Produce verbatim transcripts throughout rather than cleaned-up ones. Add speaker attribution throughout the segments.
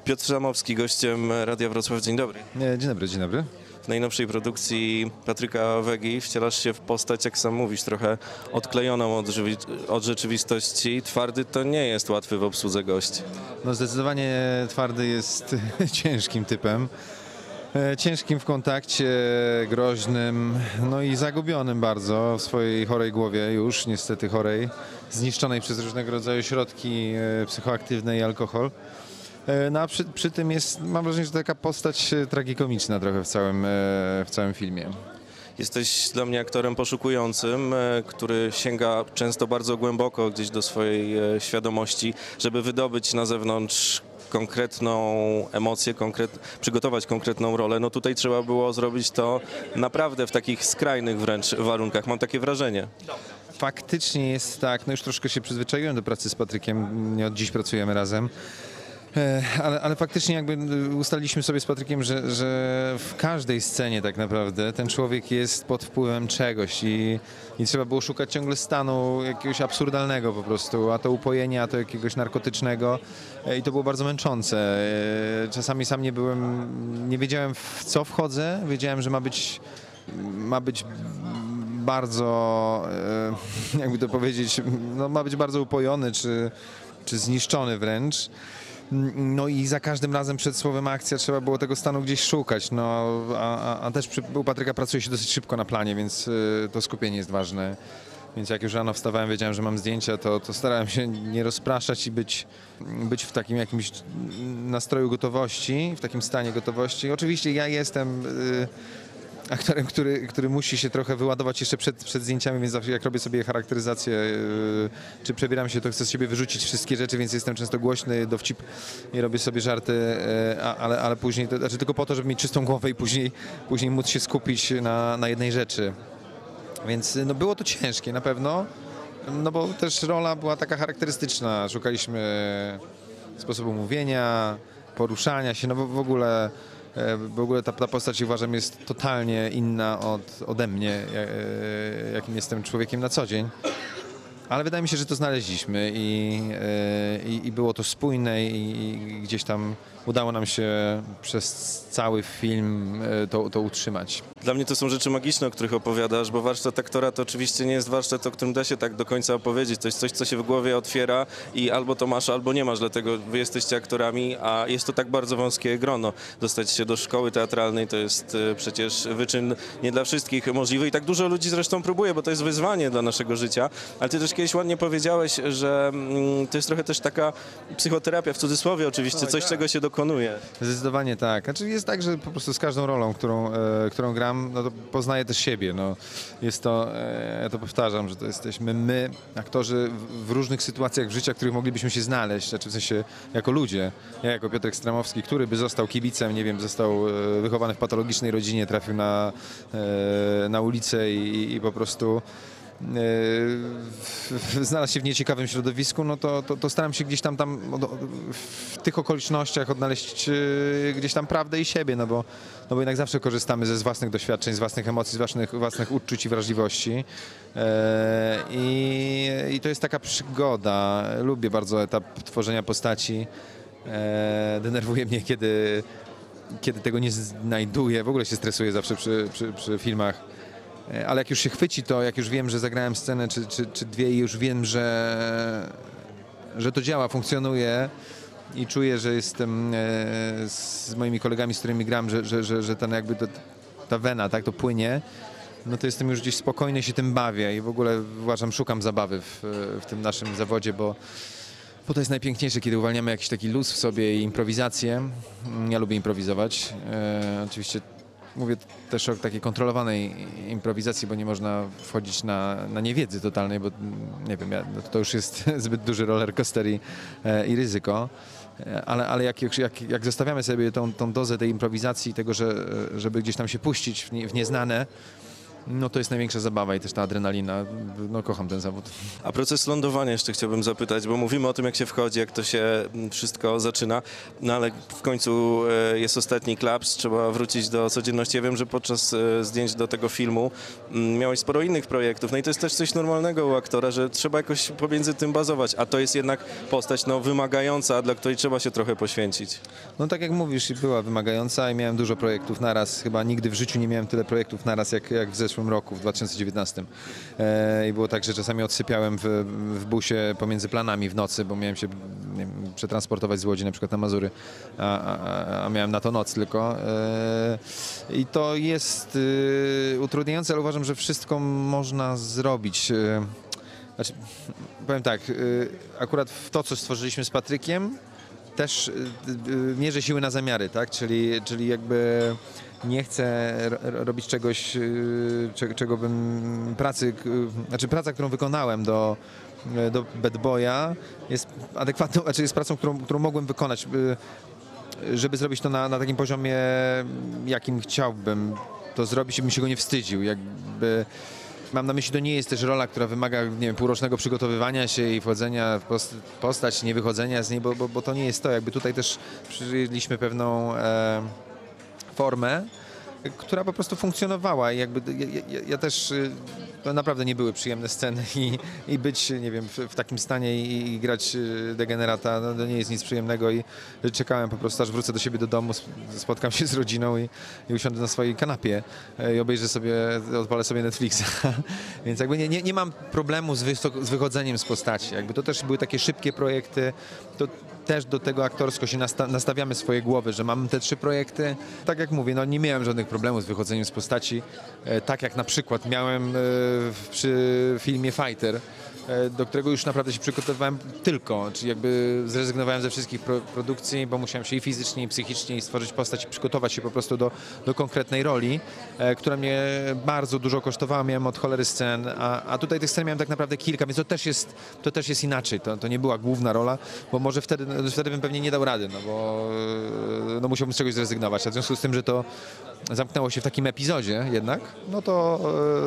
Speaker 1: Piotr Szamowski, gościem Radia Wrocław. Dzień dobry.
Speaker 2: Dzień dobry, dzień dobry.
Speaker 1: W najnowszej produkcji Patryka Wegi wcielasz się w postać, jak sam mówisz, trochę odklejoną od, od rzeczywistości. Twardy to nie jest łatwy w obsłudze gości.
Speaker 2: No zdecydowanie Twardy jest ciężkim typem. Ciężkim w kontakcie, groźnym, no i zagubionym bardzo w swojej chorej głowie, już niestety chorej, zniszczonej przez różnego rodzaju środki psychoaktywne i alkohol. No a przy, przy tym jest, mam wrażenie, że to taka postać tragikomiczna trochę w całym, w całym filmie.
Speaker 1: Jesteś dla mnie aktorem poszukującym, który sięga często bardzo głęboko gdzieś do swojej świadomości, żeby wydobyć na zewnątrz konkretną emocję, konkret, przygotować konkretną rolę. No tutaj trzeba było zrobić to naprawdę w takich skrajnych wręcz warunkach. Mam takie wrażenie.
Speaker 2: Faktycznie jest tak, no już troszkę się przyzwyczaiłem do pracy z Patrykiem, nie od dziś pracujemy razem. Ale, ale faktycznie jakby ustaliliśmy sobie z Patrykiem, że, że w każdej scenie tak naprawdę ten człowiek jest pod wpływem czegoś i, i trzeba było szukać ciągle stanu jakiegoś absurdalnego po prostu, a to upojenia, a to jakiegoś narkotycznego i to było bardzo męczące. Czasami sam nie byłem, nie wiedziałem w co wchodzę, wiedziałem, że ma być, ma być bardzo, jakby to powiedzieć, no ma być bardzo upojony czy, czy zniszczony wręcz. No i za każdym razem przed słowem akcja trzeba było tego stanu gdzieś szukać, no a, a też przy, u Patryka pracuje się dosyć szybko na planie, więc y, to skupienie jest ważne. Więc jak już rano wstawałem, wiedziałem, że mam zdjęcia, to, to starałem się nie rozpraszać i być, być w takim jakimś nastroju gotowości, w takim stanie gotowości. Oczywiście ja jestem y, aktorem, który, który musi się trochę wyładować jeszcze przed, przed zdjęciami, więc zawsze jak robię sobie charakteryzację, yy, czy przebieram się, to chcę z siebie wyrzucić wszystkie rzeczy, więc jestem często głośny, dowcip i robię sobie żarty, yy, ale, ale później, to znaczy tylko po to, żeby mieć czystą głowę i później, później móc się skupić na, na jednej rzeczy. Więc no, było to ciężkie na pewno, no bo też rola była taka charakterystyczna. Szukaliśmy sposobu mówienia, poruszania się, no bo w ogóle W ogóle ta, ta postać, uważam, jest totalnie inna od, ode mnie, jakim jestem człowiekiem na co dzień. Ale wydaje mi się, że to znaleźliśmy i, i, i było to spójne i, i gdzieś tam udało nam się przez cały film to, to utrzymać.
Speaker 1: Dla mnie to są rzeczy magiczne, o których opowiadasz, bo warsztat aktora to oczywiście nie jest warsztat, o którym da się tak do końca opowiedzieć. To jest coś, co się w głowie otwiera i albo to masz, albo nie masz, dlatego wy jesteście aktorami, a jest to tak bardzo wąskie grono. Dostać się do szkoły teatralnej to jest przecież wyczyn nie dla wszystkich możliwy i tak dużo ludzi zresztą próbuje, bo to jest wyzwanie dla naszego życia. Ale ty też kiedyś ładnie powiedziałeś, że to jest trochę też taka psychoterapia, w cudzysłowie oczywiście, coś, czego się dokonuje.
Speaker 2: Zdecydowanie tak. Znaczy jest tak, że po prostu z każdą rolą, którą, e, którą gram, no to poznaję też siebie. No. Jest to, e, ja to powtarzam, że to jesteśmy my, aktorzy w, w różnych sytuacjach w życiu, w których moglibyśmy się znaleźć, znaczy w sensie jako ludzie. Ja jako Piotrek Stramowski, który by został kibicem, nie wiem, został e, wychowany w patologicznej rodzinie, trafił na, e, na ulicę i, i po prostu Yy, znalazł się w nieciekawym środowisku, no to, to, to staram się gdzieś tam, tam w tych okolicznościach odnaleźć yy, gdzieś tam prawdę i siebie, no bo, no bo jednak zawsze korzystamy ze z własnych doświadczeń, z własnych emocji, z własnych, własnych uczuć i wrażliwości. Yy, i, I to jest taka przygoda. Lubię bardzo etap tworzenia postaci. Yy, denerwuje mnie, kiedy, kiedy tego nie znajduję. W ogóle się stresuję zawsze przy, przy, przy filmach. Ale jak już się chwyci to, jak już wiem, że zagrałem scenę czy, czy, czy dwie i już wiem, że, że to działa, funkcjonuje i czuję, że jestem z moimi kolegami, z którymi gram, że, że, że, że ten jakby to, ta wena, tak, to płynie, no to jestem już gdzieś spokojny, się tym bawię i w ogóle uważam, szukam zabawy w, w tym naszym zawodzie, bo Bo to jest najpiękniejsze, kiedy uwalniamy jakiś taki luz w sobie i improwizację. Ja lubię improwizować. E, oczywiście mówię też o takiej kontrolowanej improwizacji, bo nie można wchodzić na, na niewiedzy totalnej, bo nie wiem, ja, to już jest zbyt duży roller coaster i, e, i ryzyko. Ale, ale jak, jak, jak zostawiamy sobie tą, tą dozę tej improwizacji, tego, że, żeby gdzieś tam się puścić w, nie, w nieznane, no to jest największa zabawa i też ta adrenalina. No kocham ten zawód.
Speaker 1: A proces lądowania jeszcze chciałbym zapytać, bo mówimy o tym, jak się wchodzi, jak to się mm, wszystko zaczyna, no ale w końcu e, jest ostatni klaps, trzeba wrócić do codzienności. Ja wiem, że podczas e, zdjęć do tego filmu mm, miałeś sporo innych projektów, no i to jest też coś normalnego u aktora, że trzeba jakoś pomiędzy tym bazować, a to jest jednak postać no, wymagająca, dla której trzeba się trochę poświęcić.
Speaker 2: No tak jak mówisz, była wymagająca i miałem dużo projektów naraz. Chyba nigdy w życiu nie miałem tyle projektów naraz jak, jak w zeszłym roku, w dwa tysiące dziewiętnastym. E, I było tak, że czasami odsypiałem w, w busie pomiędzy planami w nocy, bo miałem się nie wiem, przetransportować z Łodzi na przykład na Mazury, a, a, a miałem na to noc tylko. E, I to jest e, utrudniające, ale uważam, że wszystko można zrobić. E, znaczy, powiem tak, e, akurat w to, co stworzyliśmy z Patrykiem, też y, y, mierzę siły na zamiary, tak? Czyli, czyli jakby nie chcę ro- robić czegoś, y, cze- czego bym pracy, y, znaczy praca, którą wykonałem do, y, do Bad Boya jest adekwatną, znaczy jest pracą, którą, którą mogłem wykonać, y, żeby zrobić to na, na takim poziomie, jakim chciałbym to zrobić i bym się go nie wstydził, jakby. Mam na myśli, to nie jest też rola, która wymaga, nie wiem, półrocznego przygotowywania się i wchodzenia w post- postać, nie wychodzenia z niej, bo, bo, bo to nie jest to. Jakby tutaj też przyjęliśmy pewną e, formę, która po prostu funkcjonowała i jakby ja, ja, ja też, y, to naprawdę nie były przyjemne sceny i, i być, nie wiem, w, w takim stanie i, i grać y, degenerata, no, to nie jest nic przyjemnego i czekałem po prostu, aż wrócę do siebie do domu, sp- spotkam się z rodziną i, i usiądę na swojej kanapie y, i obejrzę sobie, odpalę sobie Netflixa. Więc jakby nie, nie, nie mam problemu z, wysok- z wychodzeniem z postaci. Jakby to też były takie szybkie projekty, to też do tego aktorsko się nasta- nastawiamy swoje głowy, że mam te trzy projekty. Tak jak mówię, no nie miałem żadnych problemów z wychodzeniem z postaci, e, tak jak na przykład miałem e, w- przy filmie Fighter, e, do którego już naprawdę się przygotowywałem tylko, czyli jakby zrezygnowałem ze wszystkich pro- produkcji, bo musiałem się i fizycznie, i psychicznie stworzyć postać i przygotować się po prostu do, do konkretnej roli, e, która mnie bardzo dużo kosztowała, miałem od cholery scen, a, a tutaj tych scen miałem tak naprawdę kilka, więc to też jest, to też jest inaczej, to, to nie była główna rola, bo może wtedy, no, wtedy bym pewnie nie dał rady, no bo e, no, musiałbym z czegoś zrezygnować, a w związku z tym, że to zamknęło się w takim epizodzie jednak, no to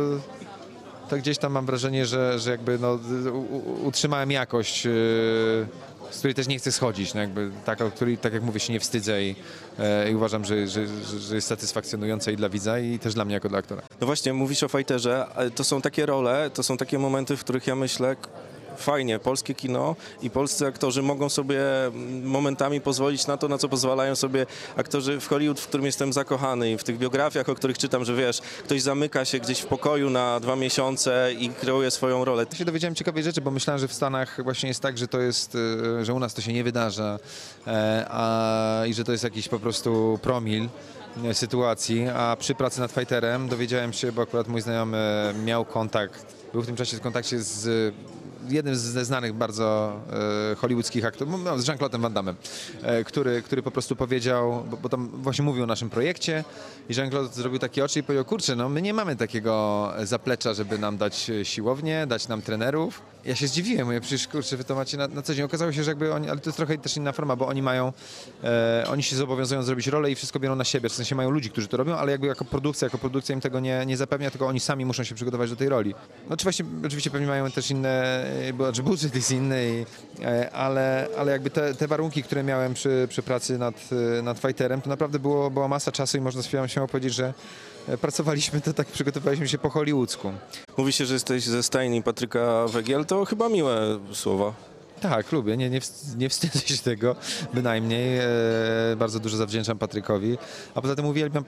Speaker 2: e, to gdzieś tam mam wrażenie, że, że jakby no, u, u, utrzymałem jakość, yy, z której też nie chcę schodzić, no jakby taka, o której, tak jak mówię, się nie wstydzę i, e, i uważam, że, że, że, że jest satysfakcjonująca i dla widza i też dla mnie jako dla aktora.
Speaker 1: No właśnie, mówisz o Fighterze, ale to są takie role, to są takie momenty, w których ja myślę, k- fajnie, polskie kino i polscy aktorzy mogą sobie mm, momentami pozwolić na to, na co pozwalają sobie aktorzy w Hollywood, w którym jestem zakochany i w tych biografiach, o których czytam, że wiesz, ktoś zamyka się gdzieś w pokoju na dwa miesiące i kreuje swoją rolę.
Speaker 2: Ja się dowiedziałem ciekawej rzeczy, bo myślałem, że w Stanach właśnie jest tak, że to jest, e, że u nas to się nie wydarza e, a, i że to jest jakiś po prostu promil e, sytuacji, a przy pracy nad Fighterem dowiedziałem się, bo akurat mój znajomy miał kontakt, był w tym czasie w kontakcie z jednym ze znanych bardzo e, hollywoodzkich aktorów, no, z Jean-Claude'em Van Damme, e, który, który po prostu powiedział, bo, bo tam właśnie mówił o naszym projekcie i Jean-Claude zrobił takie oczy i powiedział, kurczę, no my nie mamy takiego zaplecza, żeby nam dać siłownię, dać nam trenerów. Ja się zdziwiłem, mówię, przecież kurczę, wy to macie na, na co dzień. Okazało się, że jakby oni, ale to jest trochę też inna forma, bo oni mają, e, oni się zobowiązują zrobić rolę i wszystko biorą na siebie, w sensie mają ludzi, którzy to robią, ale jakby jako produkcja, jako produkcja im tego nie, nie zapewnia, tylko oni sami muszą się przygotować do tej roli. No oczywiście, oczywiście pewnie mają też inne, bo znaczy budżet jest inny, i, e, ale, ale jakby te, te warunki, które miałem przy, przy pracy nad, e, nad Fighterem, to naprawdę było, była masa czasu i można śmiało powiedzieć, że e, pracowaliśmy to tak, przygotowaliśmy się po hollywoodzku.
Speaker 1: Mówi się, że jesteś ze stajni Patryka Węgiel, to chyba miłe słowa.
Speaker 2: Tak, lubię, nie, nie, wst- nie wstydzę się tego bynajmniej. E, bardzo dużo zawdzięczam Patrykowi, a poza tym uwielbiam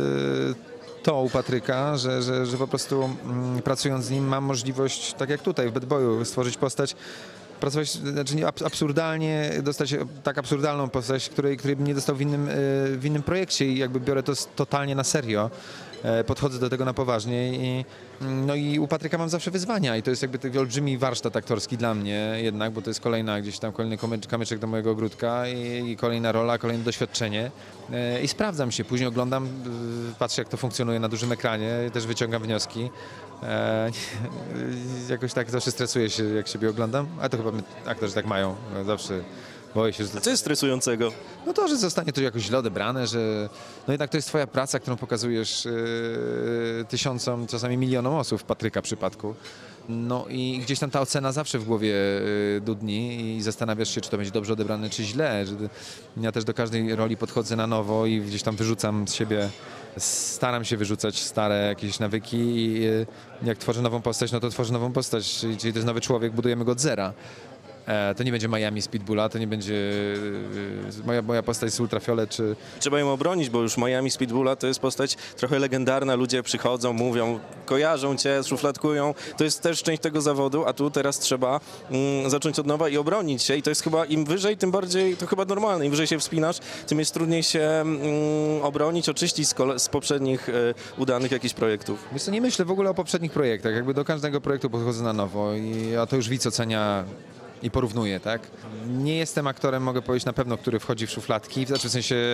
Speaker 2: e, to u Patryka, że, że, że po prostu mm, pracując z nim mam możliwość, tak jak tutaj w Bad Boyu, stworzyć postać, pracować, znaczy nie, ab- absurdalnie, dostać tak absurdalną postać, której, której bym nie dostał w innym, e, w innym projekcie i jakby biorę to s- totalnie na serio. E, Podchodzę do tego na poważnie i, no i u Patryka mam zawsze wyzwania i to jest jakby taki olbrzymi warsztat aktorski dla mnie jednak, bo to jest kolejna gdzieś tam kolejny kamycz- kamyczek do mojego ogródka i, i kolejna rola, kolejne doświadczenie e, i sprawdzam się, później oglądam, e, patrzę jak to funkcjonuje na dużym ekranie, też wyciągam wnioski. E, jakoś tak zawsze stresuję się jak siebie oglądam, ale to chyba my, aktorzy tak mają, zawsze Boję się, że to
Speaker 1: A co jest stresującego?
Speaker 2: No to, że zostanie to jakoś źle odebrane, że no jednak to jest twoja praca, którą pokazujesz yy, tysiącom, czasami milionom osób w Patryka przypadku. No i gdzieś tam ta ocena zawsze w głowie yy, dudni i zastanawiasz się, czy to będzie dobrze odebrane, czy źle. Że ja też do każdej roli podchodzę na nowo i gdzieś tam wyrzucam z siebie, staram się wyrzucać stare jakieś nawyki i yy, jak tworzę nową postać, no to tworzę nową postać, czyli, czyli to jest nowy człowiek, budujemy go od zera. E, To nie będzie Miami z Pitbulla, to nie będzie e, moja, moja postać z Ultrafiolet, czy
Speaker 1: Trzeba ją obronić, bo już Miami z Pitbulla to jest postać trochę legendarna. Ludzie przychodzą, mówią, kojarzą cię, szufladkują. To jest też część tego zawodu, a tu teraz trzeba mm, zacząć od nowa i obronić się. I to jest chyba im wyżej, tym bardziej, to chyba normalne. Im wyżej się wspinasz, tym jest trudniej się mm, obronić, oczyścić z, kole- z poprzednich e, udanych jakichś projektów.
Speaker 2: wiesz co, nie myślę w ogóle o poprzednich projektach, jakby do każdego projektu podchodzę na nowo i a to już widz ocenia i porównuje, tak? Nie jestem aktorem, mogę powiedzieć na pewno, który wchodzi w szufladki, znaczy w sensie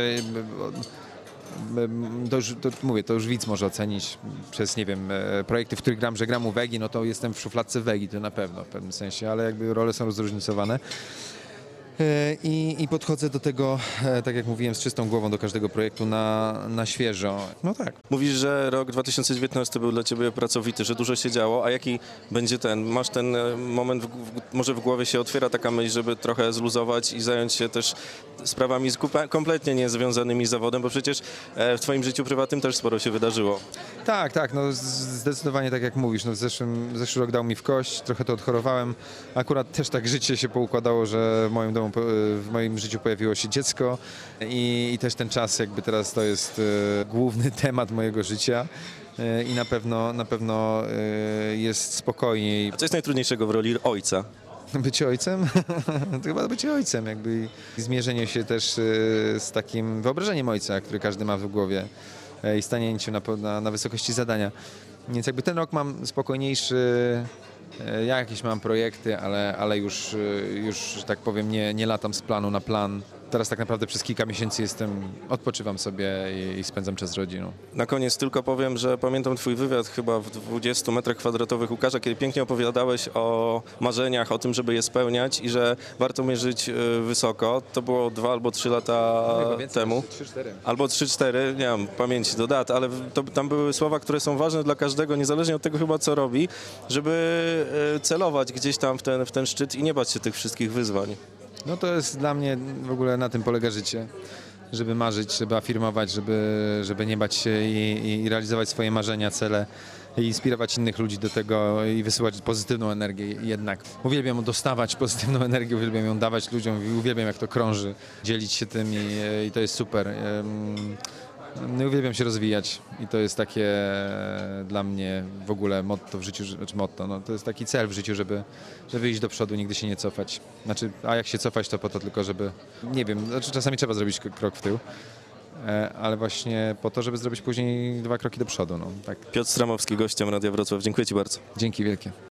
Speaker 2: to już, to mówię, to już widz może ocenić przez, nie wiem, e, projekty, w których gram, że gram u Wegi, no to jestem w szufladce Wegi, to na pewno w pewnym sensie, ale jakby role są zróżnicowane. E, I, I podchodzę do tego, e, tak jak mówiłem, z czystą głową do każdego projektu na, na świeżo. No tak.
Speaker 1: Mówisz, że rok dwa tysiące dziewiętnasty był dla ciebie pracowity, że dużo się działo, a jaki będzie ten? Masz ten e, moment, w, w, może w głowie się otwiera taka myśl, żeby trochę zluzować i zająć się też sprawami skupa- kompletnie niezwiązanymi z zawodem, bo przecież e, w twoim życiu prywatnym też sporo się wydarzyło.
Speaker 2: Tak, tak, no z- zdecydowanie tak jak mówisz, no w zeszłym, zeszły rok dał mi w kość, trochę to odchorowałem. Akurat też tak życie się poukładało, że w moim domu, po- w moim życiu pojawiło się dziecko i, i też ten czas jakby teraz to jest e, główny temat mojego życia e, i na pewno, na pewno e, jest spokojniej.
Speaker 1: A co jest najtrudniejszego w roli ojca?
Speaker 2: Bycie ojcem? To chyba bycie ojcem, jakby i zmierzenie się też e, z takim wyobrażeniem ojca, który każdy ma w głowie e, i stanięciem na, na, na wysokości zadania. Więc jakby ten rok mam spokojniejszy, e, ja jakieś mam projekty, ale, ale już, e, już, że tak powiem, nie, nie latam z planu na plan. Teraz tak naprawdę przez kilka miesięcy jestem, odpoczywam sobie i, i spędzam czas z rodziną.
Speaker 1: Na koniec tylko powiem, że pamiętam twój wywiad chyba w dwudziestu metrach kwadratowych Łukasza, kiedy pięknie opowiadałeś o marzeniach, o tym, żeby je spełniać i że warto mierzyć y, wysoko. To było dwa albo trzy lata temu.
Speaker 2: trzy cztery.
Speaker 1: Albo trzy cztery, nie mam pamięci do dat, ale to, tam były słowa, które są ważne dla każdego, niezależnie od tego chyba co robi, żeby y, celować gdzieś tam w ten, w ten szczyt i nie bać się tych wszystkich wyzwań.
Speaker 2: No to jest dla mnie w ogóle na tym polega życie, żeby marzyć, żeby afirmować, żeby, żeby nie bać się i, i realizować swoje marzenia, cele i inspirować innych ludzi do tego i wysyłać pozytywną energię jednak. Uwielbiam dostawać pozytywną energię, uwielbiam ją dawać ludziom i uwielbiam jak to krąży, dzielić się tym i, i to jest super. Ym, No i uwielbiam się rozwijać i to jest takie dla mnie w ogóle motto w życiu, znaczy motto, no to jest taki cel w życiu, żeby, żeby iść do przodu, nigdy się nie cofać. Znaczy, a jak się cofać, to po to tylko, żeby, nie wiem, znaczy czasami trzeba zrobić k- krok w tył, e, ale właśnie po to, żeby zrobić później dwa kroki do przodu, no tak.
Speaker 1: Piotr Stramowski, gościem Radia Wrocław. Dziękuję ci bardzo.
Speaker 2: Dzięki wielkie.